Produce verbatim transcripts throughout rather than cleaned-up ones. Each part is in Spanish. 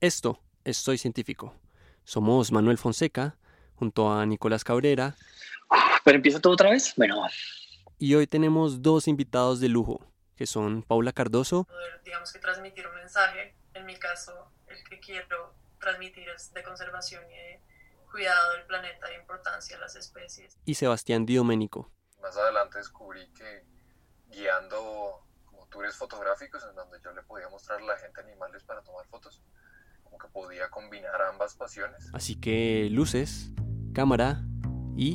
Esto es Soy Científico. Somos Manuel Fonseca, junto a Nicolás Cabrera, ¿Pero empieza todo otra vez? Bueno, y hoy tenemos dos invitados de lujo, que son Paula Cardoso poder, digamos que transmitir un mensaje. En mi caso, el que quiero transmitir es de conservación y de cuidado del planeta e importancia a las especies. y Sebastián Di Domenico. Más adelante descubrí que guiando como tours fotográficos en donde yo le podía mostrar a la gente animales para tomar fotos, como que podía combinar ambas pasiones. Así que luces, cámara y...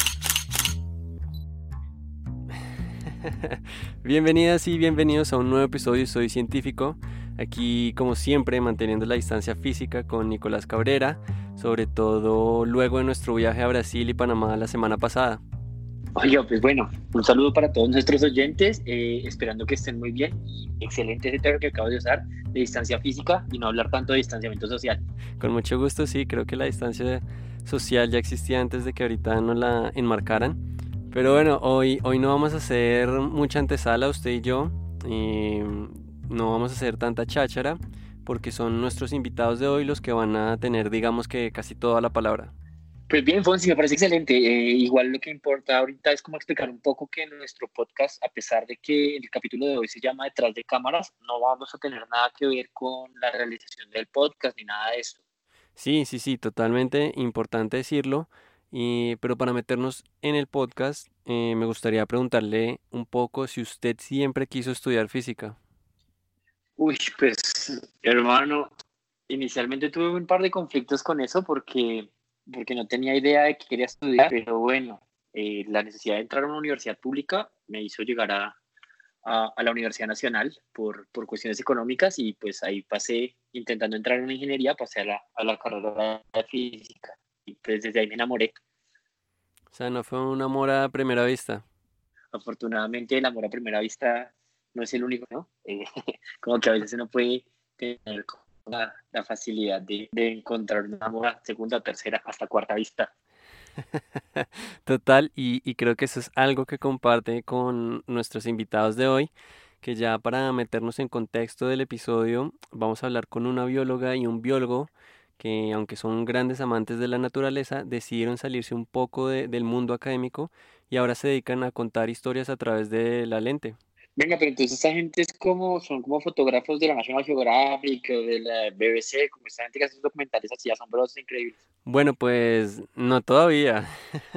Bienvenidas y bienvenidos a un nuevo episodio de Soy Científico. Aquí, como siempre, manteniendo la distancia física con Nicolás Cabrera, sobre todo luego de nuestro viaje a Brasil y Panamá la semana pasada. oiga, pues bueno, un saludo para todos nuestros oyentes, eh, esperando que estén muy bien. Y excelente ese término que acabo de usar, de distancia física y no hablar tanto de distanciamiento social. Con mucho gusto, sí, creo que la distancia social ya existía antes de que ahorita nos la enmarcaran. Pero bueno, hoy, hoy no vamos a hacer mucha antesala, usted y yo, y no vamos a hacer tanta cháchara, porque son nuestros invitados de hoy los que van a tener, digamos que casi toda la palabra. Pues bien, Fonsi, me parece excelente. Eh, igual lo que importa ahorita es como explicar un poco que en nuestro podcast, a pesar de que el capítulo de hoy se llama Detrás de cámaras, no vamos a tener nada que ver con la realización del podcast ni nada de esto. Sí, sí, sí, totalmente importante decirlo, y, pero para meternos en el podcast, eh, me gustaría preguntarle un poco si usted siempre quiso estudiar física. Uy, pues hermano, inicialmente tuve un par de conflictos con eso porque, porque no tenía idea de qué quería estudiar, pero bueno, eh, la necesidad de entrar a una universidad pública me hizo llegar a, a, a la Universidad Nacional por, por cuestiones económicas y pues ahí pasé, intentando entrar en una ingeniería, pasé a la, a la carrera de física y pues desde ahí me enamoré. O sea, no fue un amor a primera vista. Afortunadamente el amor a primera vista no es el único, ¿no? Eh, como que a veces uno puede tener la, la facilidad de, de encontrar un amor a segunda, tercera, hasta cuarta vista. Total, y, y creo que eso es algo que comparte con nuestros invitados de hoy, que ya para meternos en contexto del episodio, vamos a hablar con una bióloga y un biólogo que, aunque son grandes amantes de la naturaleza, decidieron salirse un poco de- del mundo académico y ahora se dedican a contar historias a través de la lente. Venga, pero entonces esa gente es como, son como fotógrafos de la National Geographic o de la B B C, como esta gente que hace esos documentales así asombrosos, increíbles. Bueno, pues no todavía,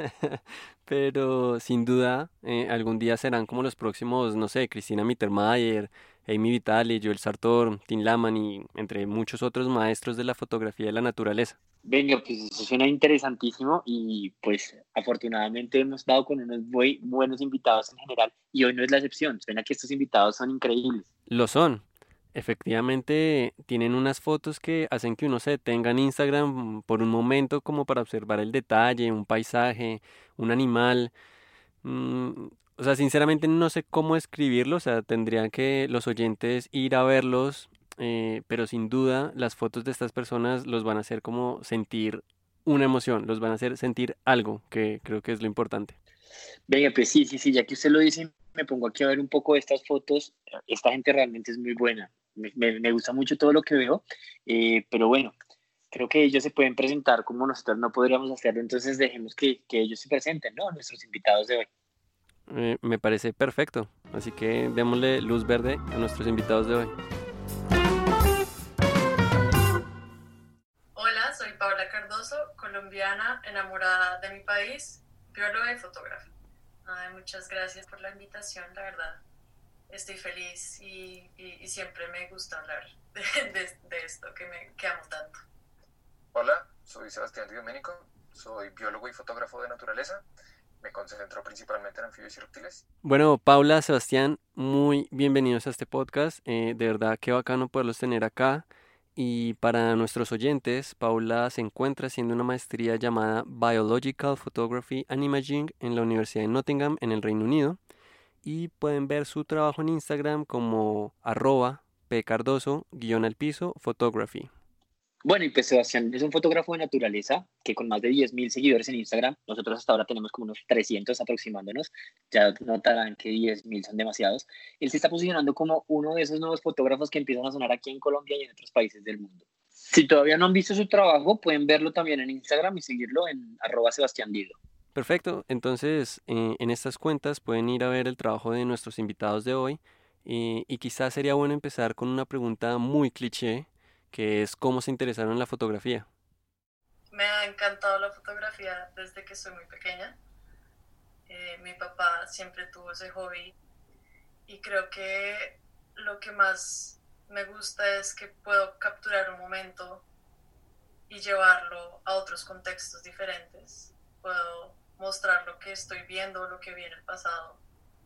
pero sin duda eh, algún día serán como los próximos, no sé, Cristina Mittermeier, Amy Vitale, Joel Sartor, Tim Laman y entre muchos otros maestros de la fotografía de la naturaleza. Venga, pues eso suena interesantísimo y pues afortunadamente hemos dado con unos muy buenos invitados en general y hoy no es la excepción, suena que estos invitados son increíbles. Lo son. Efectivamente, tienen unas fotos que hacen que uno se detenga en Instagram por un momento como para observar el detalle, un paisaje, un animal. Mm, o sea, sinceramente no sé cómo escribirlo, o sea, tendrían que los oyentes ir a verlos, eh, pero sin duda las fotos de estas personas los van a hacer como sentir una emoción, los van a hacer sentir algo, que creo que es lo importante. Venga, pues sí, sí, sí, ya que usted lo dice, me pongo aquí a ver un poco de estas fotos. Esta gente realmente es muy buena. Me, me- me gusta mucho todo lo que veo, eh, pero bueno, creo que ellos se pueden presentar como nosotros no podríamos hacerlo, entonces dejemos que, que ellos se presenten, ¿no? Nuestros invitados de hoy. Eh, me parece perfecto, así que démosle luz verde a nuestros invitados de hoy. Hola, soy Paula Cardoso, colombiana, enamorada de mi país, bióloga y fotógrafa. Ay, muchas gracias por la invitación, la verdad. Estoy feliz y, y, y siempre me gusta hablar de, de, de esto que, me, que amo tanto. Hola, soy Sebastián Di Domenico, soy biólogo y fotógrafo de naturaleza. Me concentro principalmente en anfibios y reptiles. Bueno, Paula, Sebastián, muy bienvenidos a este podcast. Eh, de verdad, qué bacano poderlos tener acá. Y para nuestros oyentes, Paula se encuentra haciendo una maestría llamada Biological Photography and Imaging en la Universidad de Nottingham, en el Reino Unido. Y pueden ver su trabajo en Instagram como arroba pcardoso guión al piso photography. Bueno, y pues Sebastián es un fotógrafo de naturaleza que con más de diez mil seguidores en Instagram, nosotros hasta ahora tenemos como unos trescientos aproximándonos, ya notarán que diez mil son demasiados. Él se está posicionando como uno de esos nuevos fotógrafos que empiezan a sonar aquí en Colombia y en otros países del mundo. Si todavía no han visto su trabajo, pueden verlo también en Instagram y seguirlo en arroba Sebastián Dido. Perfecto, entonces eh, en estas cuentas pueden ir a ver el trabajo de nuestros invitados de hoy y, y quizás sería bueno empezar con una pregunta muy cliché, que es ¿cómo se interesaron en la fotografía? Me ha encantado la fotografía desde que soy muy pequeña. Eh, mi papá siempre tuvo ese hobby y creo que lo que más me gusta es que puedo capturar un momento y llevarlo a otros contextos diferentes. Puedo mostrar lo que estoy viendo, lo que vi en el pasado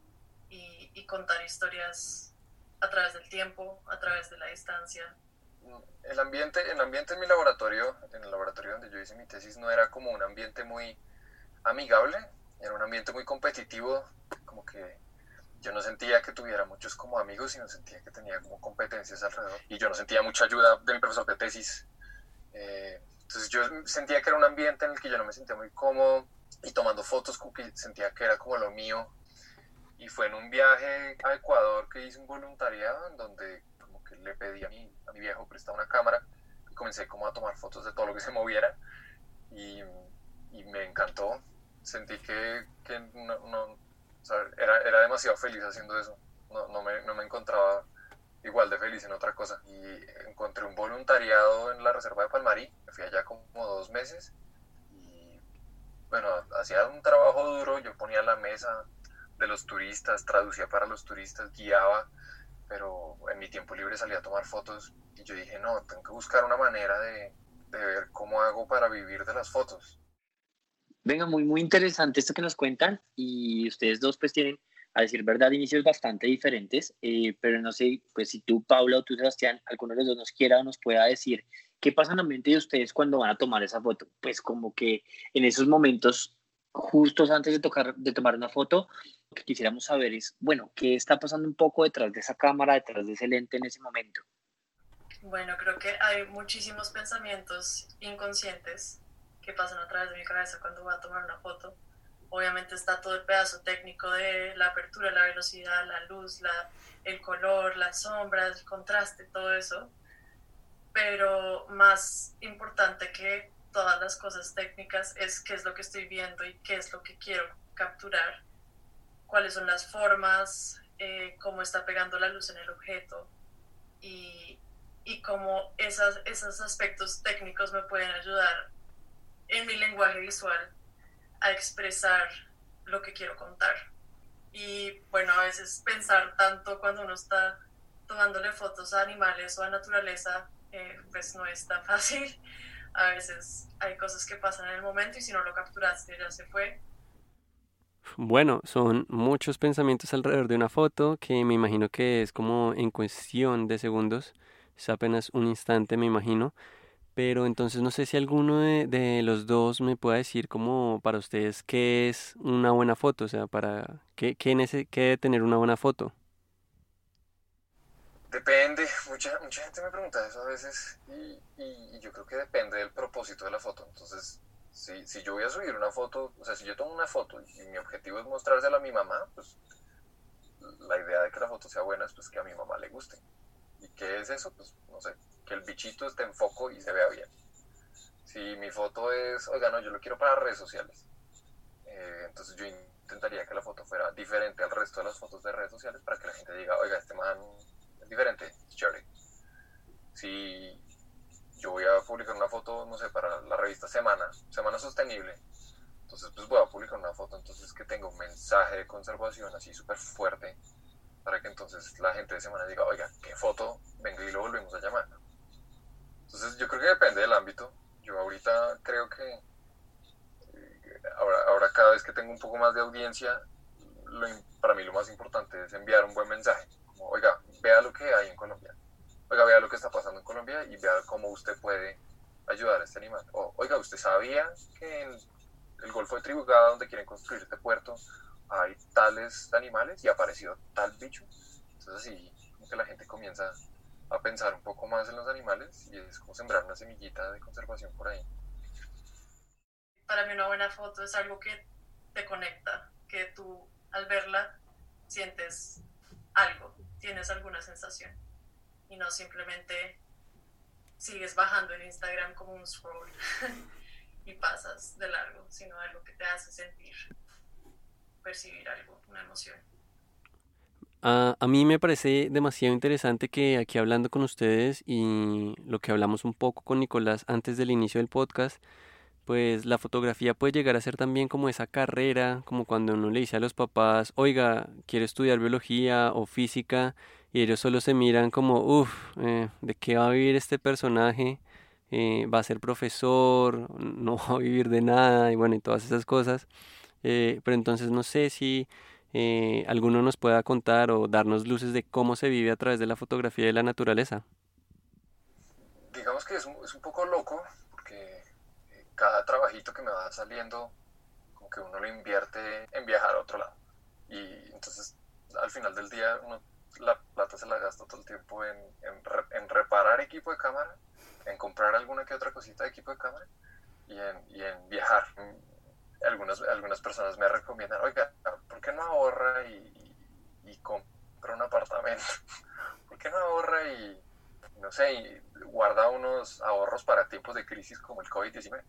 y, y contar historias a través del tiempo, a través de la distancia. El ambiente, el ambiente en mi laboratorio, en el laboratorio donde yo hice mi tesis, no era como un ambiente muy amigable, era un ambiente muy competitivo, como que yo no sentía que tuviera muchos como amigos, sino sentía que tenía como competencias alrededor. Y yo no sentía mucha ayuda de mi profesor de tesis. Eh, entonces yo sentía que era un ambiente en el que yo no me sentía muy cómodo y tomando fotos como que sentía que era como lo mío. Y fue en un viaje a Ecuador que hice un voluntariado en donde como que le pedí a mi, a mi viejo prestar una cámara y comencé como a tomar fotos de todo lo que se moviera y, y me encantó. Sentí que, que no, no, o sea, era, era demasiado feliz haciendo eso. No, no, me, no me encontraba igual de feliz en otra cosa. Y encontré un voluntariado en la reserva de Palmarí. Me fui allá como dos meses. Y bueno, hacía un trabajo duro. Yo ponía la mesa de los turistas, traducía para los turistas, guiaba. Pero en mi tiempo libre salía a tomar fotos. Y yo dije, no, tengo que buscar una manera de, de ver cómo hago para vivir de las fotos. Venga, muy, muy interesante esto que nos cuentan y ustedes dos pues tienen, a decir verdad, inicios bastante diferentes, eh, pero no sé, pues si tú, Paula, o tú, Sebastián, alguno de los dos nos quiera o nos pueda decir qué pasa en la mente de ustedes cuando van a tomar esa foto. Pues como que en esos momentos, justos antes de, tocar, de tomar una foto, lo que quisiéramos saber es, bueno, ¿qué está pasando un poco detrás de esa cámara, detrás de ese lente en ese momento? Bueno, creo que hay muchísimos pensamientos inconscientes que pasan a través de mi cabeza cuando voy a tomar una foto. Obviamente está todo el pedazo técnico de la apertura, la velocidad, la luz, la, el color, las sombras, el contraste, todo eso. Pero más importante que todas las cosas técnicas es qué es lo que estoy viendo y qué es lo que quiero capturar, cuáles son las formas, eh, cómo está pegando la luz en el objeto y, y cómo esas, esos aspectos técnicos me pueden ayudar en mi lenguaje visual a expresar lo que quiero contar. Y bueno, a veces pensar tanto cuando uno está tomándole fotos a animales o a naturaleza, eh, pues no es tan fácil. A veces hay cosas que pasan en el momento y si no lo capturaste ya se fue. Bueno, son muchos pensamientos alrededor de una foto que me imagino que es como en cuestión de segundos, es apenas un instante me imagino, pero entonces no sé si alguno de, de los dos me pueda decir como para ustedes qué es una buena foto, o sea, para qué, qué, nece- qué debe tener una buena foto. Depende, mucha, mucha gente me pregunta eso a veces y, y, y yo creo que depende del propósito de la foto. Entonces, si, si yo voy a subir una foto, o sea, si yo tomo una foto y mi objetivo es mostrársela a mi mamá, pues la idea de que la foto sea buena es pues que a mi mamá le guste. ¿Y qué es eso? Pues no sé, que el bichito esté en foco y se vea bien. Si mi foto es, oiga, no, yo lo quiero para redes sociales, eh, entonces yo intentaría que la foto fuera diferente al resto de las fotos de redes sociales para que la gente diga, oiga, este man es diferente, es chévere. Si yo voy a publicar una foto, no sé, para la revista Semana, Semana Sostenible, entonces pues voy a publicar una foto entonces que tenga un mensaje de conservación así súper fuerte para que entonces la gente de Semana diga, oiga, ¿qué foto? Venga y lo volvemos a llamar. Entonces yo creo que depende del ámbito. Yo ahorita creo que eh, ahora, ahora cada vez que tengo un poco más de audiencia, lo, para mí lo más importante es enviar un buen mensaje. Como, oiga, vea lo que hay en Colombia. Oiga, vea lo que está pasando en Colombia y vea cómo usted puede ayudar a este animal. O, oiga, ¿usted sabía que en el Golfo de Tribugada, donde quieren construir este puerto, hay tales animales y ha aparecido tal bicho? Entonces así como que la gente comienza a pensar un poco más en los animales y es como sembrar una semillita de conservación por ahí. Para mí una buena foto es algo que te conecta, que tú al verla sientes algo, tienes alguna sensación y no simplemente sigues bajando el Instagram como un scroll y pasas de largo, sino algo que te hace sentir, percibir algo, una emoción. A, a mí me parece demasiado interesante que aquí hablando con ustedes y lo que hablamos un poco con Nicolás antes del inicio del podcast, pues la fotografía puede llegar a ser también como esa carrera, como cuando uno le dice a los papás, oiga, quiero estudiar biología o física, y ellos solo se miran como, uff, ¿de qué va a vivir este personaje? Eh, ¿va a ser profesor? ¿No va a vivir de nada? Y bueno, y todas esas cosas. Eh, pero entonces no sé si eh, alguno nos pueda contar o darnos luces de cómo se vive a través de la fotografía de la naturaleza. Digamos que es un, es un poco loco, porque eh, cada trabajito que me va saliendo, como que uno lo invierte en viajar a otro lado. Y entonces, al final del día, uno la plata se la gasta todo el tiempo en, en, re, en reparar equipo de cámara, en comprar alguna que otra cosita de equipo de cámara y en, y en viajar. Algunas, algunas personas me recomiendan, oiga, ¿por qué no ahorra y, y, y compra un apartamento? ¿Por qué no ahorra y, no sé, y guarda unos ahorros para tiempos de crisis como el COVID diecinueve?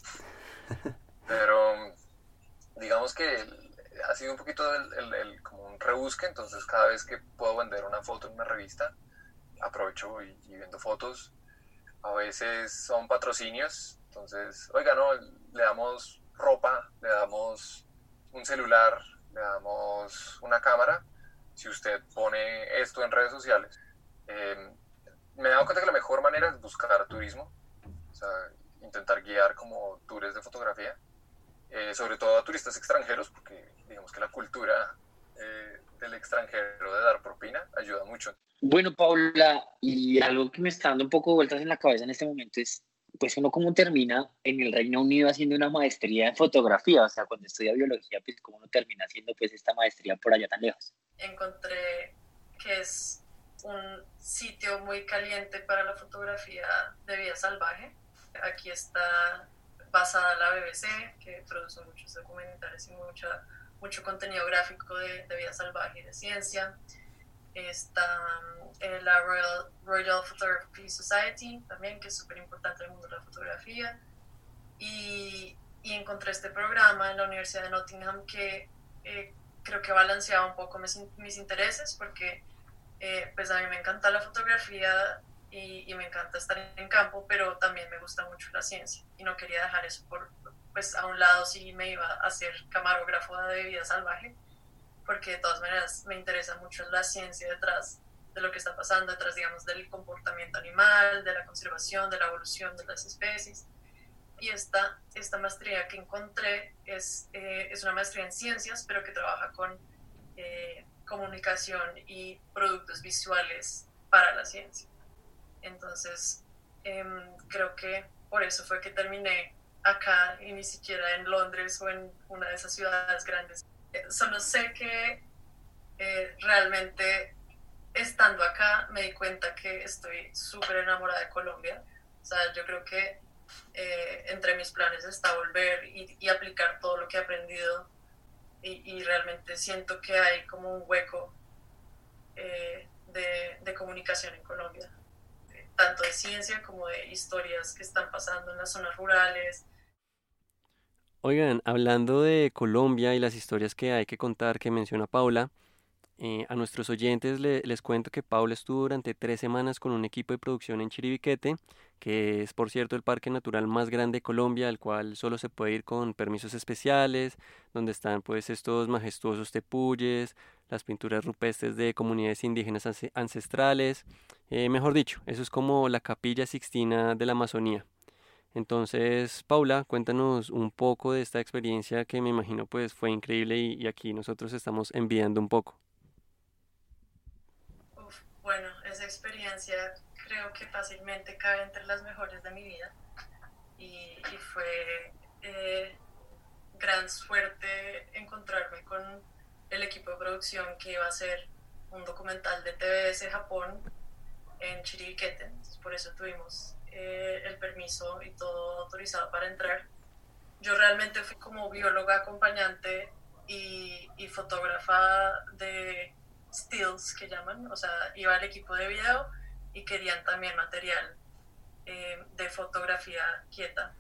Pero digamos que ha sido un poquito el, el, el, como un rebusque, entonces cada vez que puedo vender una foto en una revista, aprovecho y, y vendo fotos. A veces son patrocinios, entonces, oiga, no, le damos ropa, le damos un celular, le damos una cámara, si usted pone esto en redes sociales. Eh, me he dado cuenta que la mejor manera es buscar turismo, o sea, intentar guiar como tours de fotografía, eh, sobre todo a turistas extranjeros, porque digamos que la cultura eh, del extranjero de dar propina ayuda mucho. Bueno, Paula, y algo que me está dando un poco de vueltas en la cabeza en este momento es, pues uno cómo termina en el Reino Unido haciendo una maestría en fotografía, o sea, cuando estudia biología, pues cómo uno termina haciendo pues esta maestría por allá tan lejos. Encontré que es un sitio muy caliente para la fotografía de vida salvaje. Aquí está basada la B B C, que produce muchos documentales y mucha, mucho contenido gráfico de, de vida salvaje y de ciencia. Está eh, la Royal, Royal Photography Society también, que es súper importante en el mundo de la fotografía. Y, y encontré este programa en la Universidad de Nottingham que eh, creo que balanceaba un poco mis, mis intereses, porque eh, pues a mí me encanta la fotografía y, y me encanta estar en campo, pero también me gusta mucho la ciencia y no quería dejar eso por, pues a un lado si me iba a ser camarógrafo de vida salvaje, porque de todas maneras me interesa mucho la ciencia detrás de lo que está pasando, detrás, digamos, del comportamiento animal, de la conservación, de la evolución de las especies. Y esta, esta maestría que encontré es, eh, es una maestría en ciencias, pero que trabaja con eh, comunicación y productos visuales para la ciencia. Entonces, eh, creo que por eso fue que terminé acá y ni siquiera en Londres o en una de esas ciudades grandes. Solo sé que eh, realmente estando acá me di cuenta que estoy súper enamorada de Colombia. O sea, yo creo que eh, entre mis planes está volver y, y aplicar todo lo que he aprendido y, y realmente siento que hay como un hueco eh, de, de comunicación en Colombia, tanto de ciencia como de historias que están pasando en las zonas rurales. Oigan, hablando de Colombia y las historias que hay que contar que menciona Paula, eh, a nuestros oyentes le- les cuento que Paula estuvo durante tres semanas con un equipo de producción en Chiribiquete, que es por cierto el parque natural más grande de Colombia, al cual solo se puede ir con permisos especiales, donde están pues estos majestuosos tepuyes, las pinturas rupestres de comunidades indígenas ance- ancestrales, eh, mejor dicho, eso es como la Capilla Sixtina de la Amazonía. Entonces, Paula, cuéntanos un poco de esta experiencia que me imagino pues fue increíble y, y aquí nosotros estamos envidiando un poco. Uf, bueno, esa experiencia creo que fácilmente cabe entre las mejores de mi vida y, y fue eh, gran suerte encontrarme con el equipo de producción que iba a hacer un documental de T B S Japón en Chiribiquete. Entonces, por eso tuvimos eh, el permiso y todo autorizado para entrar. Yo realmente fui como bióloga acompañante y, y fotógrafa de stills, que llaman, o sea, iba al equipo de video y querían también material eh, de fotografía quieta.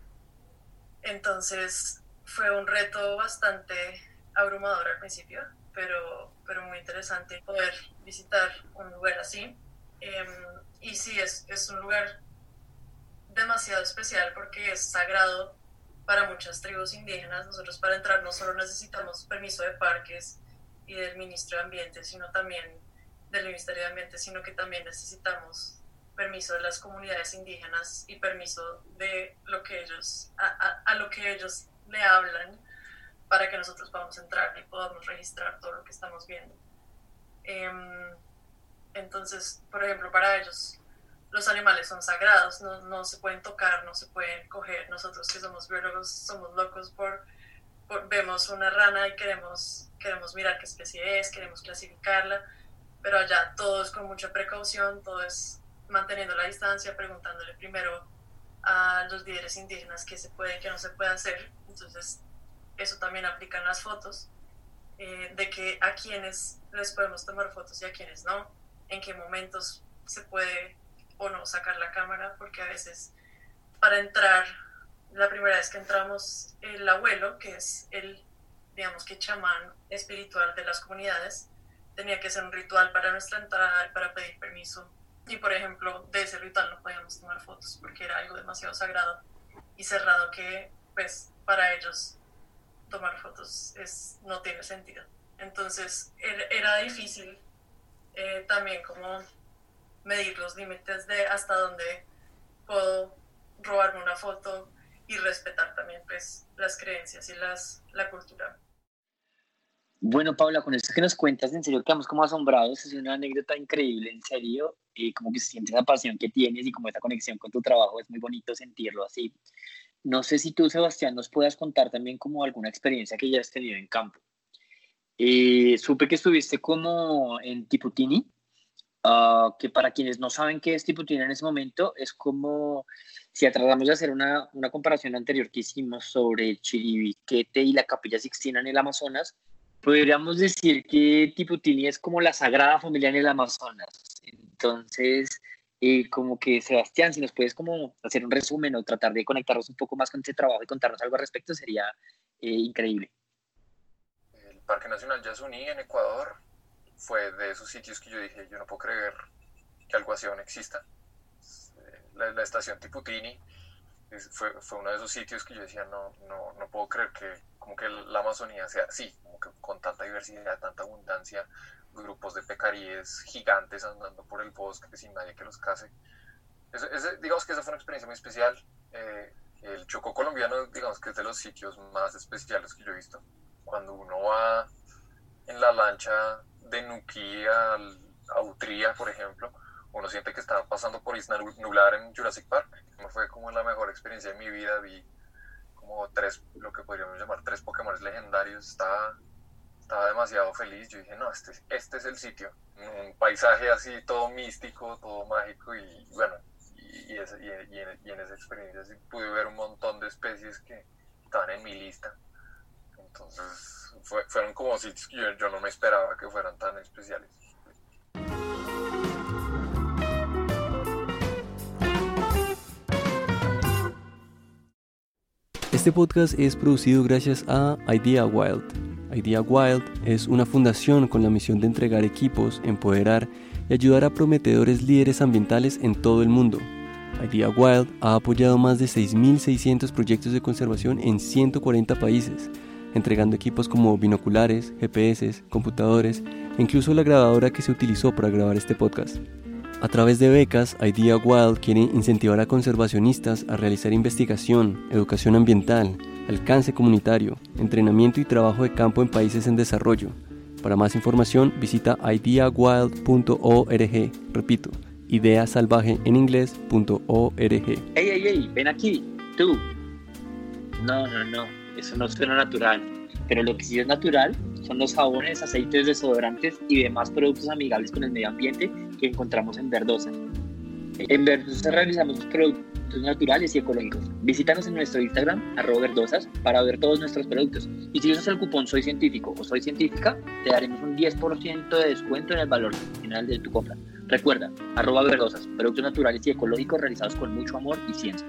Entonces fue un reto bastante abrumador al principio, pero, pero muy interesante poder visitar un lugar así. Eh, y sí, es, es un lugar demasiado especial porque es sagrado para muchas tribus indígenas. Nosotros para entrar no solo necesitamos permiso de parques y del ministro de Ambiente, sino también del Ministerio de Ambiente, sino que también necesitamos permiso de las comunidades indígenas y permiso de lo que ellos, a, a, a lo que ellos le hablan para que nosotros podamos entrar y podamos registrar todo lo que estamos viendo. Eh, entonces, por ejemplo, para ellos los animales son sagrados, no, no se pueden tocar, no se pueden coger. Nosotros que somos biólogos somos locos por, por vemos una rana y queremos, queremos mirar qué especie es, queremos clasificarla, pero allá todo es con mucha precaución, todo es manteniendo la distancia, preguntándole primero a los líderes indígenas qué se puede y qué no se puede hacer. Entonces eso también aplica en las fotos, eh, de que a quienes les podemos tomar fotos y a quienes no, en qué momentos se puede o no sacar la cámara, porque a veces para entrar, la primera vez que entramos, el abuelo, que es el, digamos que chamán espiritual de las comunidades, tenía que hacer un ritual para nuestra entrada, para pedir permiso, y por ejemplo de ese ritual no podíamos tomar fotos porque era algo demasiado sagrado y cerrado que pues para ellos tomar fotos es, no tiene sentido. Entonces era, era difícil eh, también como medir los límites de hasta dónde puedo robarme una foto y respetar también pues las creencias y las, la cultura. Bueno, Paula, con esto que nos cuentas, en serio quedamos como asombrados, es una anécdota increíble, en serio, y como que sientes la pasión que tienes y como esta conexión con tu trabajo, es muy bonito sentirlo así. No sé si tú, Sebastián, nos puedas contar también como alguna experiencia que ya has tenido en campo. Eh, supe que estuviste como en Tiputini, uh, que para quienes no saben qué es Tiputini en ese momento, es como, si tratamos de hacer una, una comparación anterior que hicimos sobre Chiribiquete y la Capilla Sixtina en el Amazonas, podríamos decir que Tiputini es como la Sagrada Familia en el Amazonas. Entonces, eh, como que Sebastián, si nos puedes como hacer un resumen o tratar de conectarnos un poco más con ese trabajo y contarnos algo al respecto, sería eh, increíble. El Parque Nacional Yasuní en Ecuador fue de esos sitios que yo dije, yo no puedo creer que algo así aún exista. La, la estación Tiputini fue, fue uno de esos sitios que yo decía, no, no, no puedo creer que como que la Amazonía sea así, como que con tanta diversidad, tanta abundancia, grupos de pecaríes gigantes andando por el bosque sin nadie que los case. Eso, ese, digamos que esa fue una experiencia muy especial. Eh, el Chocó colombiano, digamos que es de los sitios más especiales que yo he visto. Cuando uno va en la lancha de Nuquí a, a Utría, por ejemplo, uno siente que está pasando por Isla Nublar en Jurassic Park. Fue como la mejor experiencia de mi vida. Vi como tres, lo que podríamos llamar tres Pokémon legendarios. Estaba, estaba demasiado feliz. Yo dije, no, este, este es el sitio. Un paisaje así, todo místico, todo mágico. Y bueno, y, y, ese, y, y, en, y en esa experiencia sí pude ver un montón de especies que estaban en mi lista. Entonces, fue, fueron como sitios que yo, yo no me esperaba que fueran tan especiales. Este podcast es producido gracias a Idea Wild. Idea Wild es una fundación con la misión de entregar equipos, empoderar y ayudar a prometedores líderes ambientales en todo el mundo. Idea Wild ha apoyado más de seis mil seiscientos proyectos de conservación en ciento cuarenta países, entregando equipos como binoculares, G P S, computadores e incluso la grabadora que se utilizó para grabar este podcast. A través de becas, Idea Wild quiere incentivar a conservacionistas a realizar investigación, educación ambiental, alcance comunitario, entrenamiento y trabajo de campo en países en desarrollo. Para más información, visita idea wild punto org. Repito, idea salvaje en inglés punto org. ¡Ey, ey, ey! Ven aquí, tú. No, no, no, eso no suena natural. Pero lo que sí es natural son los jabones, aceites, desodorantes y demás productos amigables con el medio ambiente que encontramos en Verdosa. En Verdosa realizamos productos naturales y ecológicos. Visítanos en nuestro Instagram, arroba verdosas, para ver todos nuestros productos. Y si usas el cupón Soy Científico o Soy Científica, te daremos un diez por ciento de descuento en el valor final de tu compra. Recuerda, arroba verdosas, productos naturales y ecológicos realizados con mucho amor y ciencia.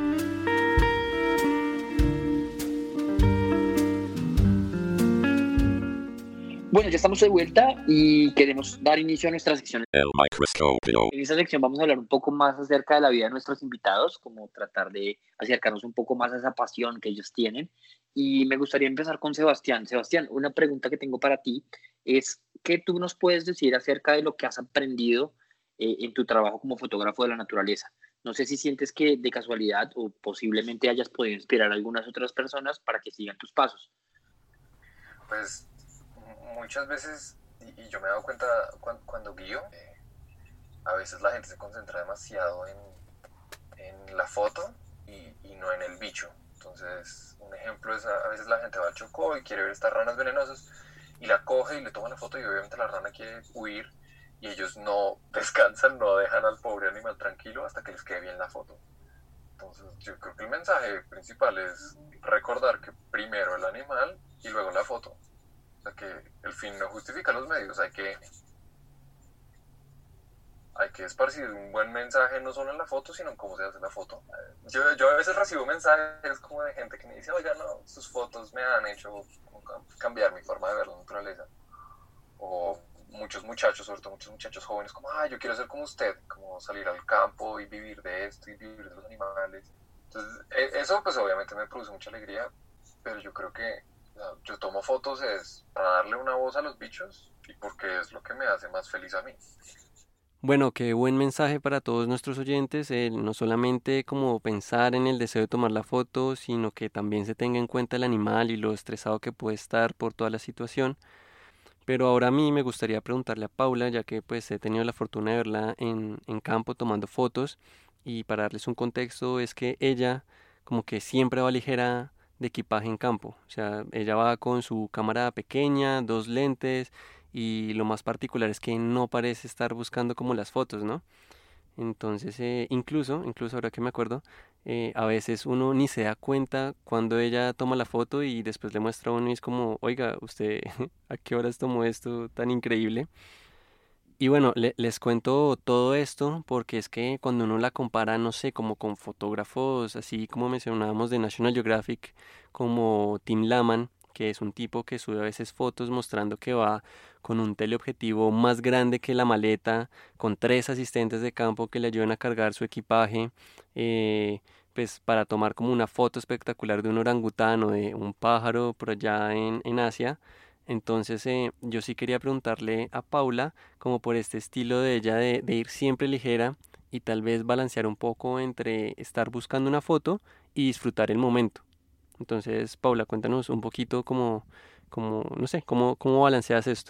Bueno, ya estamos de vuelta y queremos dar inicio a nuestra sección. El microscopio. En esta sección vamos a hablar un poco más acerca de la vida de nuestros invitados, como tratar de acercarnos un poco más a esa pasión que ellos tienen. Y me gustaría empezar con Sebastián. Sebastián, una pregunta que tengo para ti es, ¿qué tú nos puedes decir acerca de lo que has aprendido eh, en tu trabajo como fotógrafo de la naturaleza? No sé si sientes que de casualidad o posiblemente hayas podido inspirar a algunas otras personas para que sigan tus pasos. Pues muchas veces, y, y yo me he dado cuenta cuando, cuando guío, eh, a veces la gente se concentra demasiado en, en la foto y, y no en el bicho. Entonces, un ejemplo es, a, a veces la gente va al Chocó y quiere ver estas ranas venenosas y la coge y le toma la foto y obviamente la rana quiere huir y ellos no descansan, no dejan al pobre animal tranquilo hasta que les quede bien la foto. Entonces, yo creo que el mensaje principal es recordar que primero el animal y luego la foto. O sea, que el fin no justifica los medios, hay que, hay que esparcir un buen mensaje no solo en la foto, sino en cómo se hace la foto. Yo, yo a veces recibo mensajes como de gente que me dice, oiga, no, sus fotos me han hecho cambiar mi forma de ver la naturaleza. O muchos muchachos, sobre todo muchos muchachos jóvenes, como, ah, yo quiero ser como usted, como salir al campo y vivir de esto y vivir de los animales. Entonces, eso pues obviamente me produce mucha alegría, pero yo creo que yo tomo fotos es para darle una voz a los bichos y porque es lo que me hace más feliz a mí. Bueno, qué buen mensaje para todos nuestros oyentes, el no solamente como pensar en el deseo de tomar la foto, sino que también se tenga en cuenta el animal y lo estresado que puede estar por toda la situación. Pero ahora a mí me gustaría preguntarle a Paula, ya que pues he tenido la fortuna de verla en, en campo tomando fotos, y para darles un contexto es que ella como que siempre va ligera de equipaje en campo. O sea, ella va con su cámara pequeña, dos lentes, y lo más particular es que no parece estar buscando como las fotos, ¿no? Entonces, eh, incluso, incluso ahora que me acuerdo, eh, a veces uno ni se da cuenta cuando ella toma la foto y después le muestra a uno y es como, oiga, ¿usted a qué horas tomó esto tan increíble? Y bueno, le- les cuento todo esto porque es que cuando uno la compara, no sé, como con fotógrafos, así como mencionábamos de National Geographic, como Tim Laman, que es un tipo que sube a veces fotos mostrando que va con un teleobjetivo más grande que la maleta, con tres asistentes de campo que le ayudan a cargar su equipaje, eh, pues para tomar como una foto espectacular de un orangután o de un pájaro por allá en, en Asia. Entonces, eh, yo sí quería preguntarle a Paula, como por este estilo de ella de, de ir siempre ligera y tal vez balancear un poco entre estar buscando una foto y disfrutar el momento. Entonces, Paula, cuéntanos un poquito cómo, cómo, no sé, cómo, cómo balanceas esto.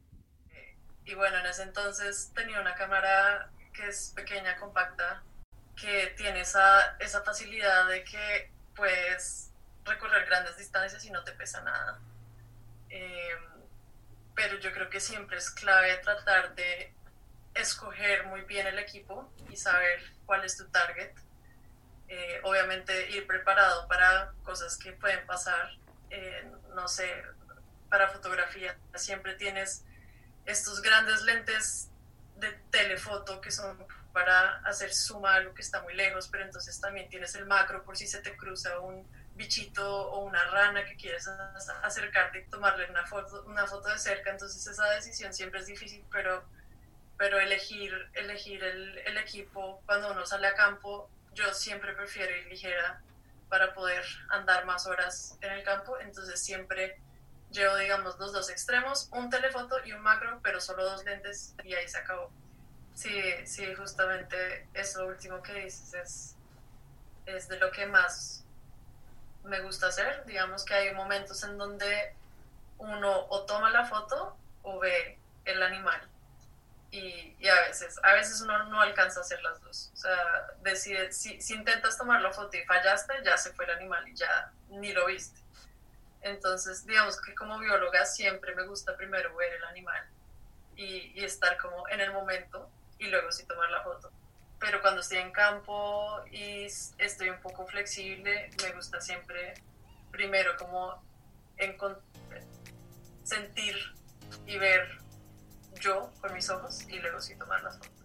Y bueno, en ese entonces tenía una cámara que es pequeña, compacta, que tiene esa, esa facilidad de que puedes recorrer grandes distancias y no te pesa nada. Eh, pero yo creo que siempre es clave tratar de escoger muy bien el equipo y saber cuál es tu target. Eh, obviamente ir preparado para cosas que pueden pasar. Eh, no sé, para fotografía siempre tienes estos grandes lentes de telefoto que son para hacer zoom a algo que está muy lejos, pero entonces también tienes el macro por si se te cruza un bichito o una rana que quieres acercarte y tomarle una foto, una foto de cerca. Entonces esa decisión siempre es difícil, pero, pero elegir, elegir el, el equipo cuando uno sale a campo, yo siempre prefiero ir ligera para poder andar más horas en el campo. Entonces siempre llevo, digamos, los dos extremos, un telefoto y un macro, pero solo dos lentes y ahí se acabó. Sí, sí, justamente eso último que dices es, es de lo que más me gusta hacer. Digamos que hay momentos en donde uno o toma la foto o ve el animal. Y, y a veces, a veces uno no alcanza a hacer las dos. O sea, decide, si, si intentas tomar la foto y fallaste, ya se fue el animal y ya ni lo viste. Entonces, digamos que como bióloga siempre me gusta primero ver el animal y, y estar como en el momento y luego sí tomar la foto. Pero cuando estoy en campo y estoy un poco flexible, me gusta siempre primero como encont- sentir y ver yo con mis ojos y luego sí tomar las fotos.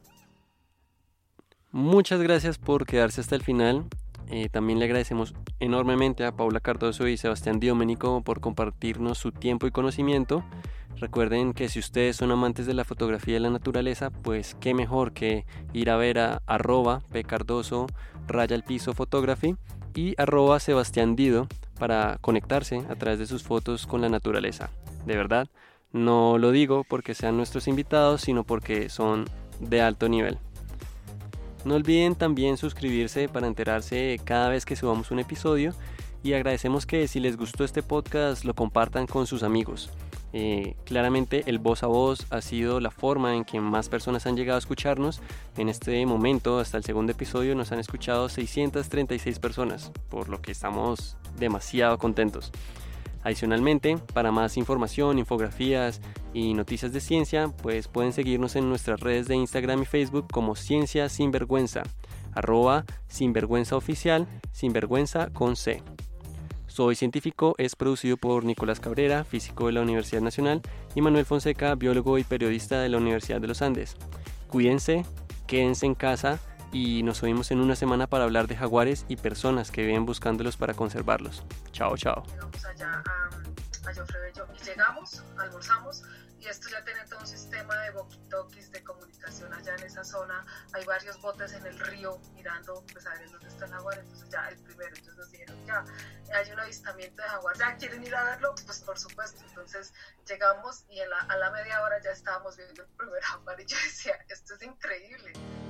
Muchas gracias por quedarse hasta el final. Eh, también le agradecemos enormemente a Paula Cardoso y Sebastián Diomenico por compartirnos su tiempo y conocimiento. Recuerden que si ustedes son amantes de la fotografía y la naturaleza, pues qué mejor que ir a ver a arroba pcardoso raya al piso photography y arroba Sebastián Dido para conectarse a través de sus fotos con la naturaleza. De verdad, no lo digo porque sean nuestros invitados, sino porque son de alto nivel. No olviden también suscribirse para enterarse cada vez que subamos un episodio y agradecemos que si les gustó este podcast lo compartan con sus amigos. Eh, claramente el voz a voz ha sido la forma en que más personas han llegado a escucharnos. En este momento, hasta el segundo episodio, nos han escuchado seiscientas treinta y seis personas, por lo que estamos demasiado contentos. Adicionalmente, para más información, infografías y noticias de ciencia, pues pueden seguirnos en nuestras redes de Instagram y Facebook como Ciencia Sinvergüenza, arroba Sinvergüenza Oficial, Sinvergüenza con C. Soy Científico es producido por Nicolás Cabrera, físico de la Universidad Nacional, y Manuel Fonseca, biólogo y periodista de la Universidad de los Andes. Cuídense, quédense en casa y nos oímos en una semana para hablar de jaguares y personas que viven buscándolos para conservarlos. Chao, chao. Llegamos allá a, a Joffre Bello y llegamos, almorzamos y esto ya tiene todo un sistema de walkie-talkies de comunicación allá en esa zona. Hay varios botes en el río mirando pues a ver en dónde está el jaguar, entonces ya el primero, entonces nos dijeron ya hay un avistamiento de jaguar, ya quieren ir a verlo, pues por supuesto. Entonces llegamos y a la, a la media hora ya estábamos viendo el primer jaguar y yo decía, esto es increíble.